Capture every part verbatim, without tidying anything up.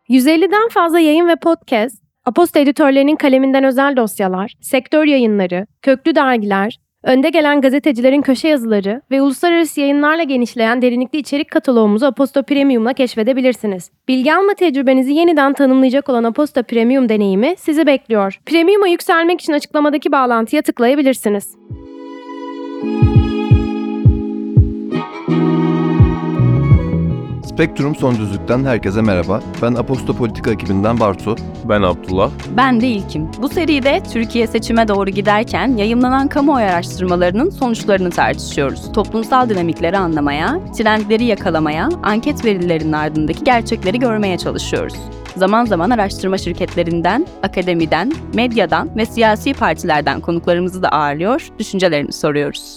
yüz elliden fazla yayın ve podcast, Aposto editörlerinin kaleminden özel dosyalar, sektör yayınları, köklü dergiler, önde gelen gazetecilerin köşe yazıları ve uluslararası yayınlarla genişleyen derinlikli içerik kataloğumuzu Aposto Premium'la keşfedebilirsiniz. Bilgi alma tecrübenizi yeniden tanımlayacak olan Aposto Premium deneyimi sizi bekliyor. Premium'a yükselmek için açıklamadaki bağlantıya tıklayabilirsiniz. Spektrum Son Düzlük'ten herkese merhaba. Ben Aposto Politika ekibinden Bartu. Ben Abdullah. Ben de İlkim. Bu seride Türkiye seçime doğru giderken yayımlanan kamuoyu araştırmalarının sonuçlarını tartışıyoruz. Toplumsal dinamikleri anlamaya, trendleri yakalamaya, anket verilerinin ardındaki gerçekleri görmeye çalışıyoruz. Zaman zaman araştırma şirketlerinden, akademiden, medyadan ve siyasi partilerden konuklarımızı da ağırlıyor, düşüncelerini soruyoruz.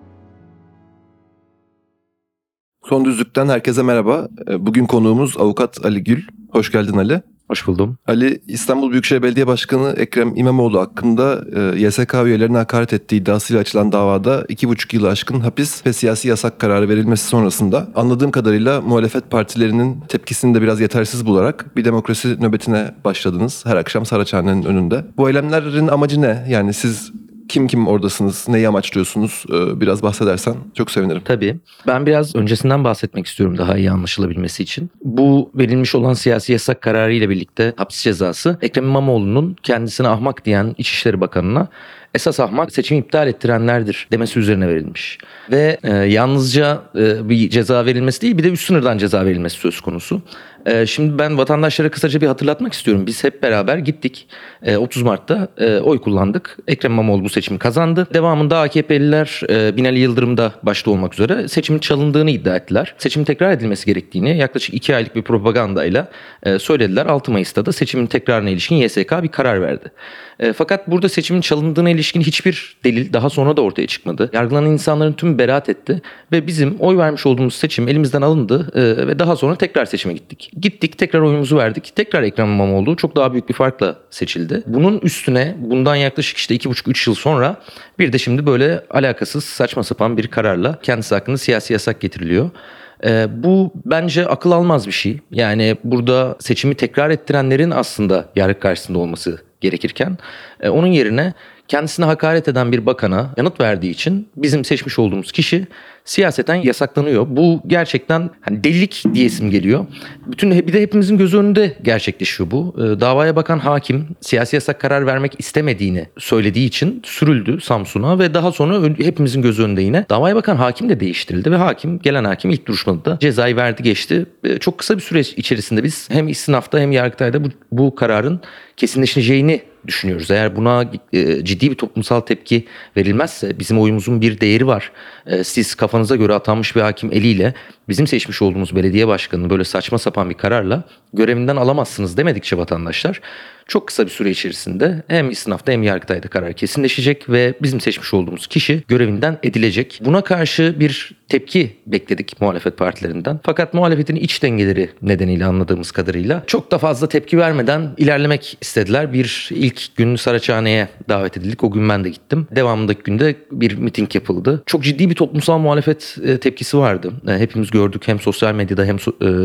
Son Düzlük'ten herkese merhaba. Bugün konuğumuz avukat Ali Gül. Hoş geldin Ali. Hoş buldum. Ali, İstanbul Büyükşehir Belediye Başkanı Ekrem İmamoğlu hakkında Y S K üyelerine hakaret ettiği iddiasıyla açılan davada iki buçuk yılı aşkın hapis ve siyasi yasak kararı verilmesi sonrasında anladığım kadarıyla muhalefet partilerinin tepkisini de biraz yetersiz bularak bir demokrasi nöbetine başladınız her akşam Saraçhane'nin önünde. Bu eylemlerin amacı ne? Yani siz kim kim oradasınız, neyi amaçlıyorsunuz? Biraz bahsedersen çok sevinirim. Tabii. Ben biraz öncesinden bahsetmek istiyorum daha iyi anlaşılabilmesi için. Bu verilmiş olan siyasi yasak kararı ile birlikte hapis cezası Ekrem İmamoğlu'nun kendisine ahmak diyen İçişleri Bakanı'na esas ahmak seçimi iptal ettirenlerdir demesi üzerine verilmiş. Ve e, yalnızca e, bir ceza verilmesi değil, bir de üst sınırdan ceza verilmesi söz konusu. E, şimdi ben vatandaşlara kısaca bir hatırlatmak istiyorum. Biz hep beraber gittik. E, otuz Mart'ta e, oy kullandık. Ekrem İmamoğlu bu seçimi kazandı. Devamında A K P'liler e, Binali Yıldırım da başta olmak üzere seçimin çalındığını iddia ettiler. Seçimin tekrar edilmesi gerektiğini yaklaşık iki aylık bir propagandayla e, söylediler. altı Mayıs'ta da seçimin tekrarına ilişkin Y S K bir karar verdi. E, fakat burada seçimin çalındığına ilişkin hiçbir delil daha sonra da ortaya çıkmadı. Yargılanan insanların tümü beraat etti ve bizim oy vermiş olduğumuz seçim elimizden alındı e, ve daha sonra tekrar seçime gittik. Gittik, tekrar oyumuzu verdik. Tekrar Ekrem İmamoğlu çok daha büyük bir farkla seçildi. Bunun üstüne bundan yaklaşık işte iki buçuk üç yıl sonra bir de şimdi böyle alakasız saçma sapan bir kararla kendisi hakkında siyasi yasak getiriliyor. Ee, bu bence akıl almaz bir şey. Yani burada seçimi tekrar ettirenlerin aslında yargı karşısında olması gerekirken e, onun yerine kendisine hakaret eden bir bakana yanıt verdiği için bizim seçmiş olduğumuz kişi siyaseten yasaklanıyor. Bu gerçekten hani delilik diyesim geliyor. Bütün bir de hepimizin göz önünde gerçekleşiyor bu. Ee, davaya bakan hakim siyasi yasak karar vermek istemediğini söylediği için sürüldü Samsun'a ve daha sonra hepimizin göz önünde yine davaya bakan hakim de değiştirildi ve hakim gelen hakim ilk duruşmada cezayı verdi geçti. Ee, çok kısa bir süre içerisinde biz hem istinafta hem yargıtayda bu, bu kararın kesinleşeceğini düşünüyoruz. Eğer buna e, ciddi bir toplumsal tepki verilmezse bizim oyumuzun bir değeri var. E, siz kafanıza göre atanmış bir hakim eliyle bizim seçmiş olduğumuz belediye başkanını böyle saçma sapan bir kararla görevinden alamazsınız demedikçe vatandaşlar çok kısa bir süre içerisinde hem istinafta hem yargıtayda karar kesinleşecek ve bizim seçmiş olduğumuz kişi görevinden edilecek. Buna karşı bir tepki bekledik muhalefet partilerinden. Fakat muhalefetin iç dengeleri nedeniyle anladığımız kadarıyla çok da fazla tepki vermeden ilerlemek istediler. Bir ilk gün Saraçhane'ye davet edildik. O gün ben de gittim. Devamındaki günde bir miting yapıldı. Çok ciddi bir toplumsal muhalefet tepkisi vardı. Hepimiz gördük hem sosyal medyada hem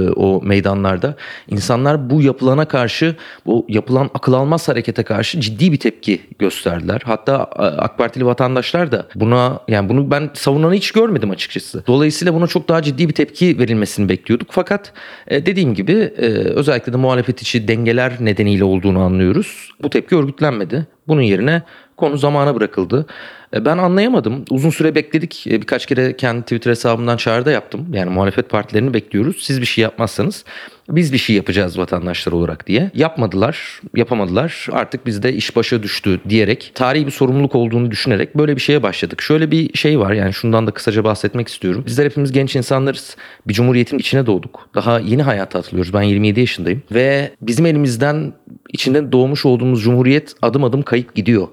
o meydanlarda. İnsanlar bu yapılana karşı, bu yapılan akıl almaz harekete karşı ciddi bir tepki gösterdiler. Hatta AK Partili vatandaşlar da buna, yani bunu ben savunanı hiç görmedim açıkçası. Dolayısıyla buna çok daha ciddi bir tepki verilmesini bekliyorduk. Fakat dediğim gibi özellikle de muhalefet içi dengeler nedeniyle olduğunu anlıyoruz. Bu tepki örgütlenmedi. Bunun yerine konu zamana bırakıldı. Ben anlayamadım. Uzun süre bekledik. Birkaç kere kendi Twitter hesabımdan çağrı da yaptım. Yani muhalefet partilerini bekliyoruz. Siz bir şey yapmazsanız biz bir şey yapacağız vatandaşlar olarak diye. Yapmadılar, yapamadılar. Artık bizde iş başa düştü diyerek, tarihi bir sorumluluk olduğunu düşünerek böyle bir şeye başladık. Şöyle bir şey var, yani şundan da kısaca bahsetmek istiyorum. Bizler hepimiz genç insanlarız. Bir cumhuriyetin içine doğduk. Daha yeni hayata atılıyoruz. Ben yirmi yedi yaşındayım. Ve bizim elimizden içinde doğmuş olduğumuz cumhuriyet adım adım kayıp gidiyor.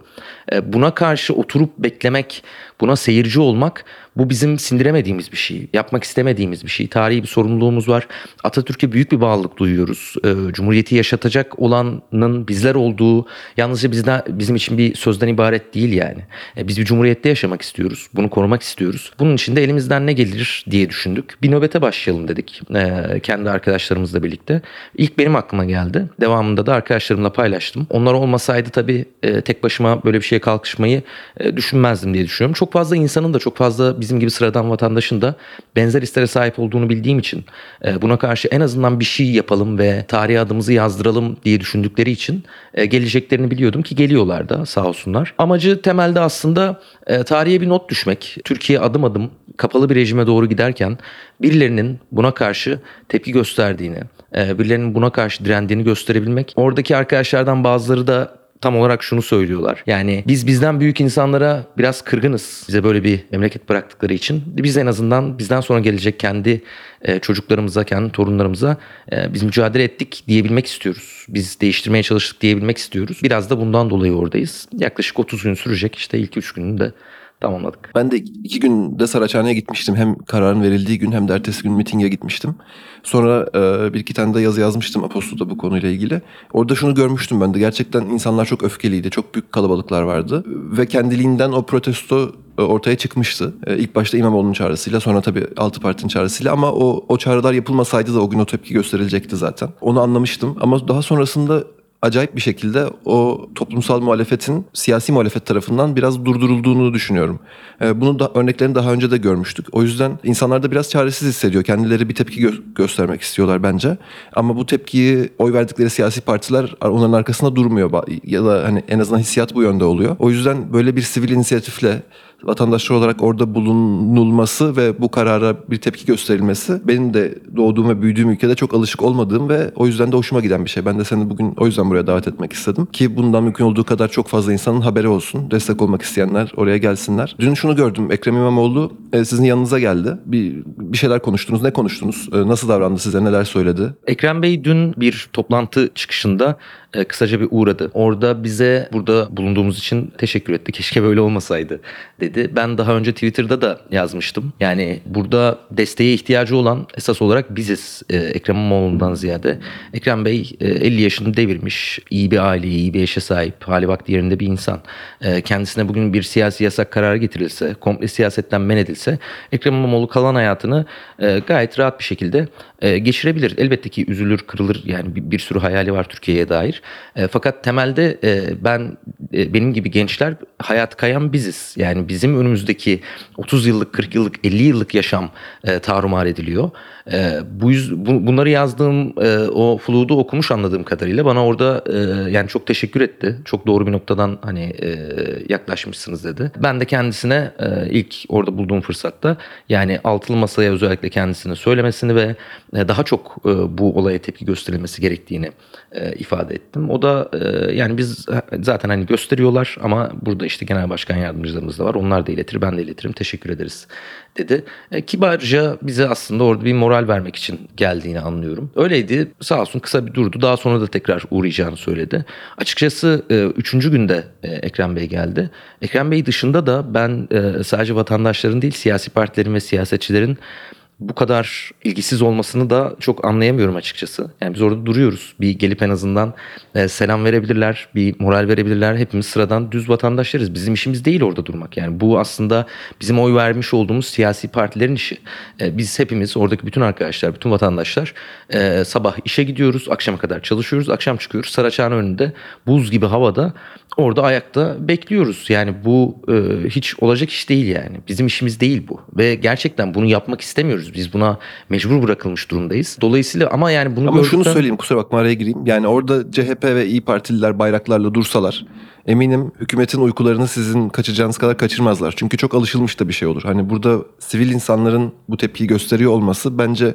E, buna karşı oturup beklemek, buna seyirci olmak, bu bizim sindiremediğimiz bir şey. Yapmak istemediğimiz bir şey. Tarihi bir sorumluluğumuz var. Atatürk'e büyük bir bağlılık duyuyoruz. E, Cumhuriyeti yaşatacak olanın bizler olduğu yalnızca bizden, bizim için bir sözden ibaret değil yani. E, biz bir cumhuriyette yaşamak istiyoruz. Bunu korumak istiyoruz. Bunun için de elimizden ne gelir diye düşündük. Bir nöbete başlayalım dedik. E, kendi arkadaşlarımızla birlikte. İlk benim aklıma geldi. Devamında da arkadaşlarımla paylaştım. Onlar olmasaydı tabii e, tek başıma böyle bir şeye kalkışmayı e, düşünmezdim diye düşünüyorum. Çok fazla insanın da, çok fazla bizim gibi sıradan vatandaşın da benzer hislere sahip olduğunu bildiğim için e, buna karşı en azından bir şey yapalım ve tarihe adımızı yazdıralım diye düşündükleri için e, geleceklerini biliyordum ki geliyorlar da sağ olsunlar. Amacı temelde aslında e, tarihe bir not düşmek. Türkiye adım adım kapalı bir rejime doğru giderken birilerinin buna karşı tepki gösterdiğini, e, birilerinin buna karşı direndiğini gösterebilmek. Oradaki arkadaşlardan bazıları da tam olarak şunu söylüyorlar. Yani biz bizden büyük insanlara biraz kırgınız. Bize böyle bir memleket bıraktıkları için. Biz en azından bizden sonra gelecek kendi e, çocuklarımıza, kendi torunlarımıza e, biz mücadele ettik diyebilmek istiyoruz. Biz değiştirmeye çalıştık diyebilmek istiyoruz. Biraz da bundan dolayı oradayız. Yaklaşık otuz gün sürecek. İşte ilk üç gününü de tamamladık. Ben de iki günde Saraçhane'ye gitmiştim. Hem kararın verildiği gün hem de ertesi gün mitinge gitmiştim. Sonra e, bir iki tane de yazı yazmıştım Aposto'da bu konuyla ilgili. Orada şunu görmüştüm ben de. Gerçekten insanlar çok öfkeliydi. Çok büyük kalabalıklar vardı. Ve kendiliğinden o protesto e, ortaya çıkmıştı. E, ilk başta İmamoğlu'nun çağrısıyla, sonra tabii Altı Parti'nin çağrısıyla, ama o, o çağrılar yapılmasaydı da o gün o tepki gösterilecekti zaten. Onu anlamıştım ama daha sonrasında acayip bir şekilde o toplumsal muhalefetin siyasi muhalefet tarafından biraz durdurulduğunu düşünüyorum. Bunun da örneklerini daha önce de görmüştük. O yüzden insanlar da biraz çaresiz hissediyor. Kendileri bir tepki gö- göstermek istiyorlar bence. Ama bu tepkiyi oy verdikleri siyasi partiler onların arkasında durmuyor. Ya da hani en azından hissiyat bu yönde oluyor. O yüzden böyle bir sivil inisiyatifle vatandaşlar olarak orada bulunulması ve bu karara bir tepki gösterilmesi benim de doğduğum ve büyüdüğüm ülkede çok alışık olmadığım ve o yüzden de hoşuma giden bir şey. Ben de seni bugün o yüzden buraya davet etmek istedim ki bundan mümkün olduğu kadar çok fazla insanın haberi olsun. Destek olmak isteyenler oraya gelsinler. Dün şunu gördüm. Ekrem İmamoğlu e, sizin yanınıza geldi. Bir, bir şeyler konuştunuz. Ne konuştunuz? E, nasıl davrandı size? Neler söyledi? Ekrem Bey dün bir toplantı çıkışında e, kısaca bir uğradı. Orada bize burada bulunduğumuz için teşekkür etti. Keşke böyle olmasaydı dedi. Ben daha önce Twitter'da da yazmıştım. Yani burada desteğe ihtiyacı olan esas olarak biziz. E, Ekrem İmamoğlu'ndan ziyade. Ekrem Bey e, elli yaşını devirmiş. İyi bir aileye, iyi bir eşe sahip. Hali vakti yerinde bir insan. E, kendisine bugün bir siyasi yasak kararı getirilse, komple siyasetten men edilse, Ekrem İmamoğlu kalan hayatını e, gayet rahat bir şekilde e, geçirebilir. Elbette ki üzülür, kırılır. Yani bir, bir sürü hayali var Türkiye'ye dair. E, fakat temelde e, ben e, benim gibi gençler hayat kayan biziz. Yani bizim önümüzdeki otuz yıllık, kırk yıllık, elli yıllık yaşam e, tarumar ediliyor. E, bu, yüz, bu bunları yazdığım e, o fluğu okumuş anladığım kadarıyla bana orada e, yani çok teşekkür etti. Çok doğru bir noktadan hani e, yaklaşmışsınız dedi. Ben de kendisine e, ilk orada bulduğum fırsatta yani altılı masaya özellikle kendisine söylemesini ve e, daha çok e, bu olaya tepki gösterilmesi gerektiğini e, ifade ettim. O da e, yani biz zaten hani gösteriyorlar ama burada işte genel başkan yardımcılarımız da var. Onlar da iletir, ben de iletirim. Teşekkür ederiz dedi. E, kibarca bize aslında orada bir moral vermek için geldiğini anlıyorum. Öyleydi. Sağ olsun kısa bir durdu. Daha sonra da tekrar uğrayacağını söyledi. Açıkçası e, üçüncü günde e, Ekrem Bey geldi. Ekrem Bey dışında da ben e, sadece vatandaşların değil siyasi partilerin ve siyasetçilerin bu kadar ilgisiz olmasını da çok anlayamıyorum açıkçası. Yani biz orada duruyoruz. Bir gelip en azından e, selam verebilirler, bir moral verebilirler. Hepimiz sıradan düz vatandaşlarız. Bizim işimiz değil orada durmak. Yani bu aslında bizim oy vermiş olduğumuz siyasi partilerin işi. E, biz hepimiz oradaki bütün arkadaşlar, bütün vatandaşlar e, sabah işe gidiyoruz, akşama kadar çalışıyoruz, akşam çıkıyoruz. Saraçhane önünde buz gibi havada orada ayakta bekliyoruz. Yani bu e, hiç olacak iş değil yani. Bizim işimiz değil bu. Ve gerçekten bunu yapmak istemiyoruz. Biz buna mecbur bırakılmış durumdayız. Dolayısıyla ama yani bunu Ama gördükten... şunu söyleyeyim, kusura bakma araya gireyim. Yani orada C H P ve İYİ Partililer bayraklarla dursalar eminim hükümetin uykularını sizin kaçıracağınız kadar kaçırmazlar. Çünkü çok alışılmış da bir şey olur. Hani burada sivil insanların bu tepkiyi gösteriyor olması bence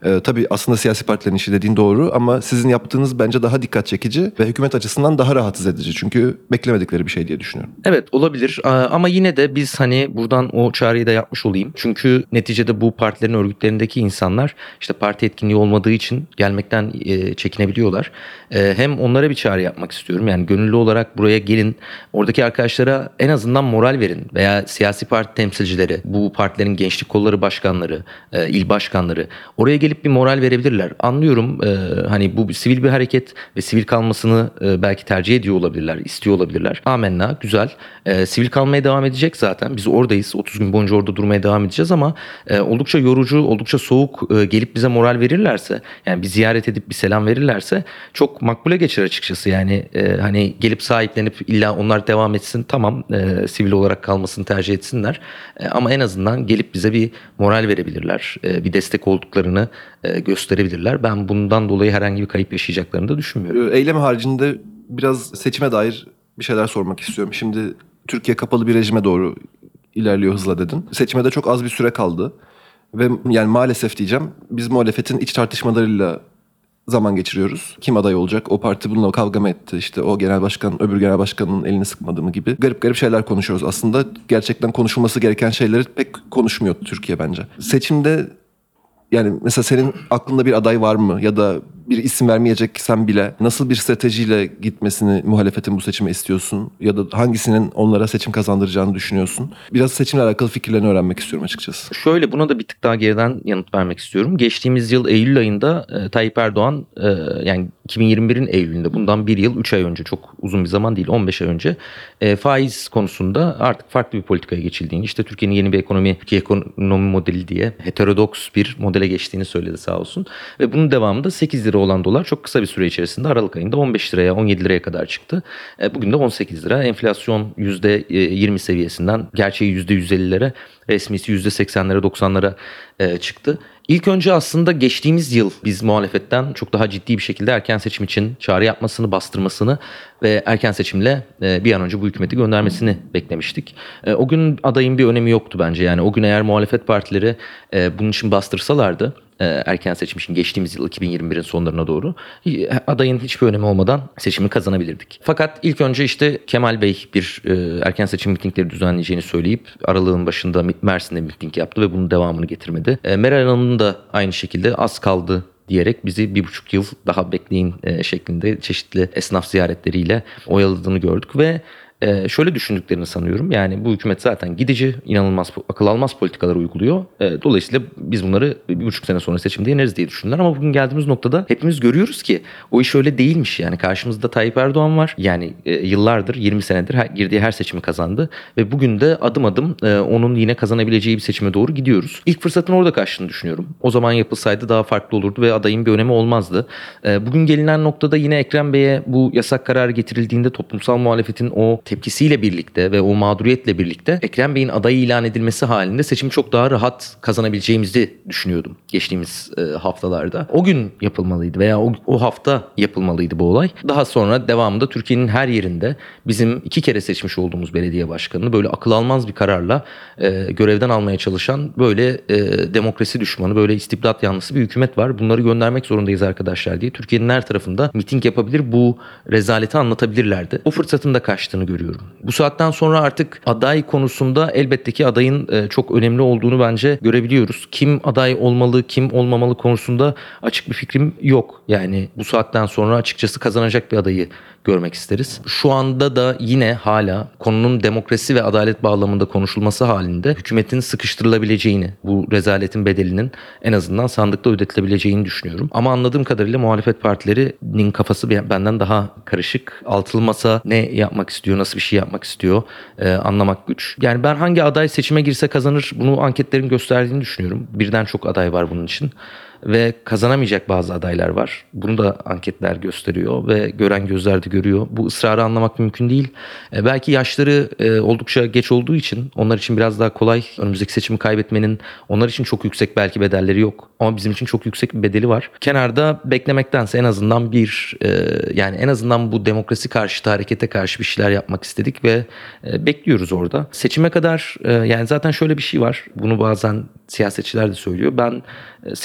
Ee, tabii aslında siyasi partilerin işi dediğin doğru ama sizin yaptığınız bence daha dikkat çekici ve hükümet açısından daha rahatsız edici. Çünkü beklemedikleri bir şey diye düşünüyorum. Evet, olabilir ama yine de biz hani buradan o çağrıyı da yapmış olayım. Çünkü neticede bu partilerin örgütlerindeki insanlar işte parti etkinliği olmadığı için gelmekten e, çekinebiliyorlar. E, hem onlara bir çağrı yapmak istiyorum. Yani gönüllü olarak buraya gelin, oradaki arkadaşlara en azından moral verin veya siyasi parti temsilcileri, bu partilerin gençlik kolları başkanları, e, il başkanları oraya gelip bir moral verebilirler. Anlıyorum e, hani bu sivil bir hareket ve sivil kalmasını e, belki tercih ediyor olabilirler, istiyor olabilirler. Amenna, güzel. E, sivil kalmaya devam edecek zaten. Biz oradayız. otuz gün boyunca orada durmaya devam edeceğiz ama e, oldukça yorucu, oldukça soğuk e, gelip bize moral verirlerse, yani bir ziyaret edip bir selam verirlerse çok makbule geçer açıkçası. Yani e, hani gelip sahiplenip illa onlar devam etsin, tamam, e, sivil olarak kalmasını tercih etsinler. E, ama en azından gelip bize bir moral verebilirler. E, bir destek olduklarını e, gösterebilirler. Ben bundan dolayı herhangi bir kayıp yaşayacaklarını da düşünmüyorum. Eylem haricinde biraz seçime dair bir şeyler sormak istiyorum. Şimdi Türkiye kapalı bir rejime doğru ilerliyor hızla dedin. Seçime de çok az bir süre kaldı. Ve yani maalesef diyeceğim, biz muhalefetin iç tartışmalarıyla zaman geçiriyoruz. Kim aday olacak? O parti bununla kavga mı etti? İşte o genel başkan öbür genel başkanın elini sıkmadı mı gibi garip garip şeyler konuşuyoruz. Aslında gerçekten konuşulması gereken şeyleri pek konuşmuyor Türkiye bence. Seçimde yani mesela senin aklında bir aday var mı? Ya da bir isim vermeyeceksen bile nasıl bir stratejiyle gitmesini muhalefetin bu seçime istiyorsun? Ya da hangisinin onlara seçim kazandıracağını düşünüyorsun? Biraz seçimle alakalı fikirlerini öğrenmek istiyorum açıkçası. Şöyle, buna da bir tık daha geriden yanıt vermek istiyorum. Geçtiğimiz yıl Eylül ayında e, Tayyip Erdoğan e, yani iki bin yirmi birin Eylül'ünde, bundan bir yıl üç ay önce, çok uzun bir zaman değil, on beş ay önce e, faiz konusunda artık farklı bir politikaya geçildiğini, işte Türkiye'nin yeni bir ekonomi, iki ekonomi modeli diye heterodoks bir modele geçtiğini söyledi sağ olsun. Ve bunun devamında sekiz lira olan dolar çok kısa bir süre içerisinde Aralık ayında on beş liraya, on yedi liraya kadar çıktı. E, bugün de on sekiz lira. Enflasyon yüzde yirmi seviyesinden gerçeği yüzde yüz ellilere, resmisi yüzde seksenlere, doksanlara e, çıktı. İlk önce aslında geçtiğimiz yıl biz muhalefetten çok daha ciddi bir şekilde erken seçim için çağrı yapmasını, bastırmasını ve erken seçimle e, bir an önce bu hükümeti göndermesini beklemiştik. E, o gün adayın bir önemi yoktu bence. Yani o gün eğer muhalefet partileri e, bunun için bastırsalardı, erken seçim için geçtiğimiz yıl iki bin yirmi birin sonlarına doğru adayın hiçbir önemi olmadan seçimi kazanabilirdik. Fakat ilk önce işte Kemal Bey bir erken seçim mitingleri düzenleyeceğini söyleyip aralığın başında Mersin'de miting yaptı ve bunun devamını getirmedi. Meral Hanım'ın da aynı şekilde az kaldı diyerek bizi bir buçuk yıl daha bekleyin şeklinde çeşitli esnaf ziyaretleriyle oyaladığını gördük ve Ee, şöyle düşündüklerini sanıyorum. Yani bu hükümet zaten gidici, inanılmaz akıl almaz politikalar uyguluyor. Ee, dolayısıyla biz bunları bir buçuk sene sonra seçimde yeneriz diye düşündüler. Ama bugün geldiğimiz noktada hepimiz görüyoruz ki o iş öyle değilmiş. Yani karşımızda Tayyip Erdoğan var. Yani e, yıllardır, yirmi senedir her, girdiği her seçimi kazandı. Ve bugün de adım adım e, onun yine kazanabileceği bir seçime doğru gidiyoruz. İlk fırsatın orada kaçtığını düşünüyorum. O zaman yapılsaydı daha farklı olurdu ve adayın bir önemi olmazdı. E, bugün gelinen noktada yine Ekrem Bey'e bu yasak kararı getirildiğinde toplumsal muhalefetin o tepkisiyle birlikte ve o mağduriyetle birlikte Ekrem Bey'in adayı ilan edilmesi halinde seçimi çok daha rahat kazanabileceğimizi düşünüyordum geçtiğimiz e, haftalarda. O gün yapılmalıydı veya o, o hafta yapılmalıydı bu olay. Daha sonra devamında Türkiye'nin her yerinde bizim iki kere seçmiş olduğumuz belediye başkanını böyle akıl almaz bir kararla e, görevden almaya çalışan böyle e, demokrasi düşmanı, böyle istibdat yanlısı bir hükümet var. Bunları göndermek zorundayız arkadaşlar diye Türkiye'nin her tarafında miting yapabilir, bu rezaleti anlatabilirlerdi. O fırsatın da kaçtığını görüyorum. Bu saatten sonra artık aday konusunda elbette ki adayın çok önemli olduğunu bence görebiliyoruz. Kim aday olmalı, kim olmamalı konusunda açık bir fikrim yok. Yani bu saatten sonra açıkçası kazanacak bir adayı görmek isteriz. Şu anda da yine hala konunun demokrasi ve adalet bağlamında konuşulması halinde hükümetin sıkıştırılabileceğini, bu rezaletin bedelinin en azından sandıkta ödetilebileceğini düşünüyorum. Ama anladığım kadarıyla muhalefet partilerinin kafası benden daha karışık. Altılı masa ne yapmak istiyor, nasıl bir şey yapmak istiyor e, anlamak güç. Yani ben hangi aday seçime girse kazanır, bunu anketlerin gösterdiğini düşünüyorum. Birden çok aday var bunun için. Ve kazanamayacak bazı adaylar var. Bunu da anketler gösteriyor ve gören gözler de görüyor. Bu ısrarı anlamak mümkün değil. E, belki yaşları e, oldukça geç olduğu için onlar için biraz daha kolay. Önümüzdeki seçimi kaybetmenin onlar için çok yüksek belki bedelleri yok. Ama bizim için çok yüksek bir bedeli var. Kenarda beklemektense en azından bir e, yani en azından bu demokrasi karşıtı harekete karşı bir şeyler yapmak istedik ve e, bekliyoruz orada. Seçime kadar e, yani zaten şöyle bir şey var. Bunu bazen siyasetçiler de söylüyor. Ben e, seçimi kaybettim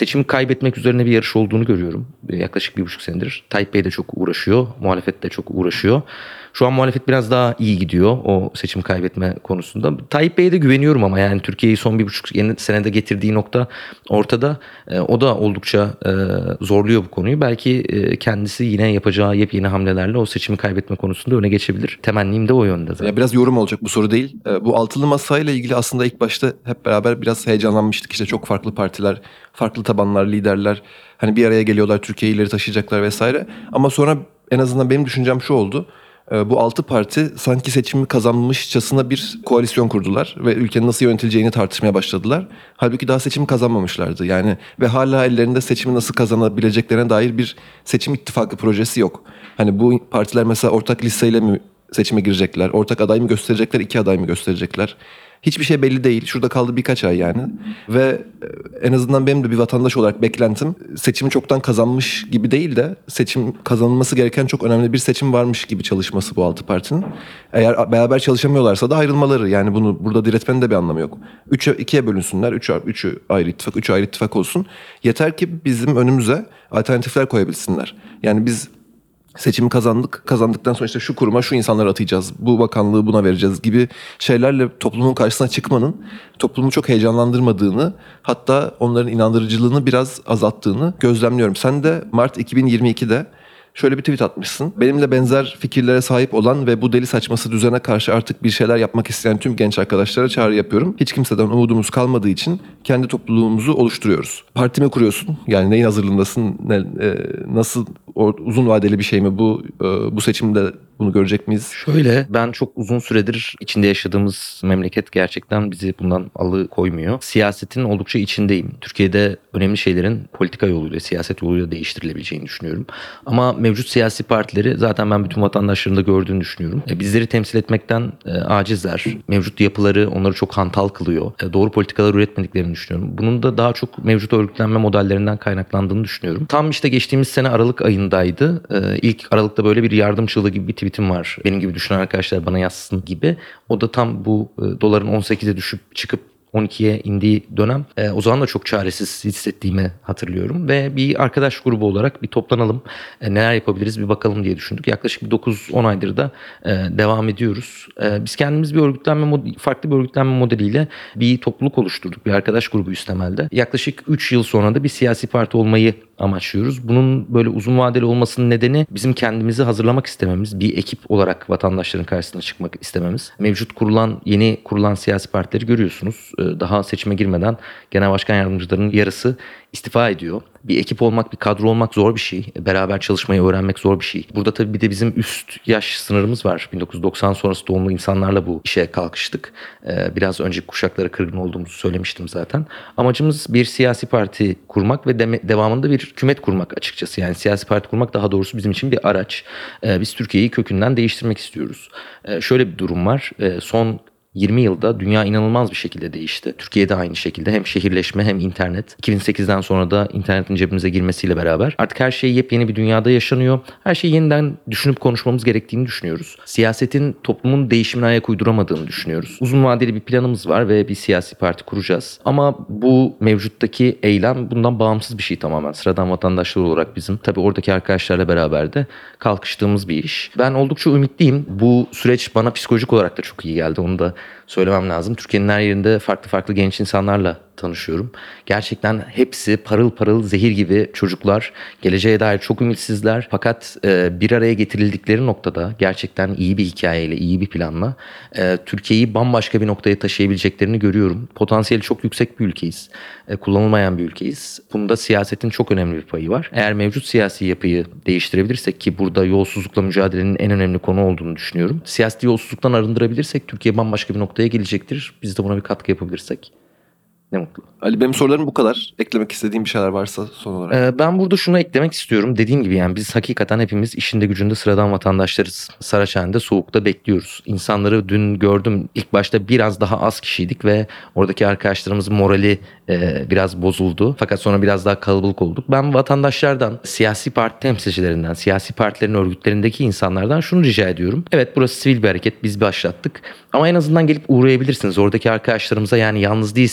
kaybetmek üzerine bir yarış olduğunu görüyorum. Yaklaşık bir buçuk senedir. Tayyip Bey de çok uğraşıyor. Muhalefet de çok uğraşıyor. Şu an muhalefet biraz daha iyi gidiyor o seçim kaybetme konusunda. Tayyip Bey'e de güveniyorum ama yani Türkiye'yi son bir buçuk yeni senede getirdiği nokta ortada. E, o da oldukça e, zorluyor bu konuyu. Belki e, kendisi yine yapacağı yepyeni hamlelerle o seçimi kaybetme konusunda öne geçebilir. Temennim de o yönde zaten. Ya biraz yorum olacak, bu soru değil. E, bu altılı masayla ilgili aslında ilk başta hep beraber biraz heyecanlanmıştık. İşte çok farklı partiler, farklı tabanlar, liderler hani bir araya geliyorlar, Türkiye'yi ileri taşıyacaklar vesaire. Ama sonra en azından benim düşüncem şu oldu. Bu altı parti sanki seçimi kazanmışçasına bir koalisyon kurdular ve ülkenin nasıl yönetileceğini tartışmaya başladılar. Halbuki daha seçimi kazanmamışlardı. Yani ve hala ellerinde seçimi nasıl kazanabileceklerine dair bir seçim ittifakı projesi yok. Hani bu partiler mesela ortak listeyle mi seçime girecekler, ortak aday mı gösterecekler, iki aday mı gösterecekler? Hiçbir şey belli değil. Şurada kaldı birkaç ay yani. Ve en azından benim de bir vatandaş olarak beklentim seçimi çoktan kazanmış gibi değil de seçim kazanılması gereken çok önemli bir seçim varmış gibi çalışması bu altı partinin. Eğer beraber çalışamıyorlarsa da ayrılmaları. Yani bunu burada diretmenin de bir anlamı yok. Üçe, ikiye bölünsünler. Üçü, üçü ayrı ittifak, üçü ayrı ittifak olsun. Yeter ki bizim önümüze alternatifler koyabilsinler. Yani biz seçimi kazandık. Kazandıktan sonra işte şu kuruma şu insanları atayacağız. Bu bakanlığı buna vereceğiz gibi şeylerle toplumun karşısına çıkmanın toplumu çok heyecanlandırmadığını, hatta onların inandırıcılığını biraz azalttığını gözlemliyorum. Sen de Mart iki bin yirmi ikide şöyle bir tweet atmışsın. Benimle benzer fikirlere sahip olan ve bu deli saçması düzene karşı artık bir şeyler yapmak isteyen tüm genç arkadaşlara çağrı yapıyorum. Hiç kimseden umudumuz kalmadığı için kendi topluluğumuzu oluşturuyoruz. Partimi kuruyorsun. Yani neyin hazırlığındasın? Ne, e, nasıl o, uzun vadeli bir şey mi bu? E, bu seçimde bunu görecek miyiz? Şöyle, ben çok uzun süredir içinde yaşadığımız memleket gerçekten bizi bundan alıkoymuyor. Siyasetin oldukça içindeyim. Türkiye'de önemli şeylerin politika yoluyla, siyaset yoluyla değiştirilebileceğini düşünüyorum. Ama mevcut siyasi partileri zaten ben bütün vatandaşların da gördüğünü düşünüyorum. E, bizleri temsil etmekten e, acizler. Mevcut yapıları onları çok hantal kılıyor. E, doğru politikalar üretmediklerini düşünüyorum. Bunun da daha çok mevcut örgütlenme modellerinden kaynaklandığını düşünüyorum. Tam işte geçtiğimiz sene Aralık ayındaydı. E, ilk Aralık'ta böyle bir yardım çığlığı gibi bir tweetim var. Benim gibi düşünen arkadaşlar bana yazsın gibi. O da tam bu e, doların on sekize düşüp çıkıp on ikiye indiği dönem. E, o zaman da çok çaresiz hissettiğimi hatırlıyorum ve bir arkadaş grubu olarak bir toplanalım, e, neler yapabiliriz bir bakalım diye düşündük. Yaklaşık bir dokuz on aydır da e, devam ediyoruz. E, biz kendimiz bir örgütlenme mod- farklı bir örgütlenme modeliyle bir topluluk oluşturduk. Bir arkadaş grubuyuz temelde. Yaklaşık üç yıl sonra da bir siyasi parti olmayı amaçlıyoruz. Bunun böyle uzun vadeli olmasının nedeni bizim kendimizi hazırlamak istememiz, bir ekip olarak vatandaşların karşısına çıkmak istememiz. Mevcut kurulan, yeni kurulan siyasi partileri görüyorsunuz. Daha seçime girmeden genel başkan yardımcılarının yarısı istifa ediyor. Bir ekip olmak, bir kadro olmak zor bir şey. Beraber çalışmayı öğrenmek zor bir şey. Burada tabii bir de bizim üst yaş sınırımız var. bin dokuz yüz doksan sonrası doğumlu insanlarla bu işe kalkıştık. Biraz önceki kuşaklara kırgın olduğumuzu söylemiştim zaten. Amacımız bir siyasi parti kurmak ve de- devamında bir hükümet kurmak açıkçası. Yani siyasi parti kurmak daha doğrusu bizim için bir araç. Biz Türkiye'yi kökünden değiştirmek istiyoruz. Şöyle bir durum var. Son yirmi yılda dünya inanılmaz bir şekilde değişti. Türkiye'de aynı şekilde hem şehirleşme hem internet. iki bin sekizden sonra da internetin cebimize girmesiyle beraber artık her şey yepyeni bir dünyada yaşanıyor. Her şeyi yeniden düşünüp konuşmamız gerektiğini düşünüyoruz. Siyasetin toplumun değişimine ayak uyduramadığını düşünüyoruz. Uzun vadeli bir planımız var ve bir siyasi parti kuracağız. Ama bu mevcuttaki eylem bundan bağımsız bir şey tamamen. Sıradan vatandaşlar olarak bizim tabii oradaki arkadaşlarla beraber de kalkıştığımız bir iş. Ben oldukça ümitliyim. Bu süreç bana psikolojik olarak da çok iyi geldi. Onu da söylemem lazım. Türkiye'nin her yerinde farklı farklı genç insanlarla tanışıyorum. Gerçekten hepsi parıl parıl zehir gibi çocuklar. Geleceğe dair çok ümitsizler. Fakat e, bir araya getirildikleri noktada gerçekten iyi bir hikayeyle, iyi bir planla e, Türkiye'yi bambaşka bir noktaya taşıyabileceklerini görüyorum. Potansiyeli çok yüksek bir ülkeyiz. E, kullanılmayan bir ülkeyiz. Bunda siyasetin çok önemli bir payı var. Eğer mevcut siyasi yapıyı değiştirebilirsek ki burada yolsuzlukla mücadelenin en önemli konu olduğunu düşünüyorum. Siyasi yolsuzluktan arındırabilirsek Türkiye bambaşka bir noktaya gelecektir. Biz de buna bir katkı yapabilirsek ne mutlu. Ali, benim sorularım bu kadar. Eklemek istediğim bir şeyler varsa son olarak. Ee, ben burada şunu eklemek istiyorum. Dediğim gibi yani biz hakikaten hepimiz işinde gücünde sıradan vatandaşlarız. Saraçhane'de soğukta bekliyoruz. İnsanları dün gördüm. İlk başta biraz daha az kişiydik ve oradaki arkadaşlarımızın morali e, biraz bozuldu. Fakat sonra biraz daha kalabalık olduk. Ben vatandaşlardan, siyasi parti temsilcilerinden, siyasi partilerin örgütlerindeki insanlardan şunu rica ediyorum. Evet, burası sivil bir hareket. Biz başlattık. Ama en azından gelip uğrayabilirsiniz. Oradaki arkadaşlarımıza yani yalnız değilsiniz. Sizin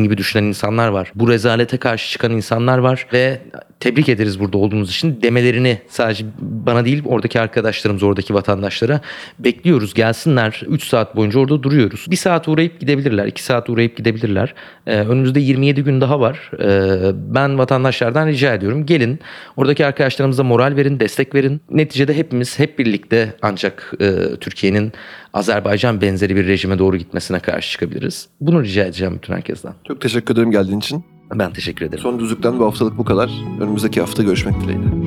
gibi düşünen insanlar var. Bu rezalete karşı çıkan insanlar var ve tebrik ederiz burada olduğunuz için demelerini sadece bana değil oradaki arkadaşlarımız, oradaki vatandaşlara bekliyoruz. Gelsinler. üç saat boyunca orada duruyoruz. bir saat uğrayıp gidebilirler. iki saat uğrayıp gidebilirler. Ee, önümüzde yirmi yedi gün daha var. Ee, ben vatandaşlardan rica ediyorum. Gelin. Oradaki arkadaşlarımıza moral verin, destek verin. Neticede hepimiz hep birlikte ancak e, Türkiye'nin Azerbaycan benzeri bir rejime doğru gitmesine karşı çıkabiliriz. Bunu rica edeceğim bütün herkesten. Çok teşekkür ederim geldiğin için. Ben teşekkür ederim. Son Düzlük'ten bu haftalık bu kadar. Önümüzdeki hafta görüşmek dileğiyle.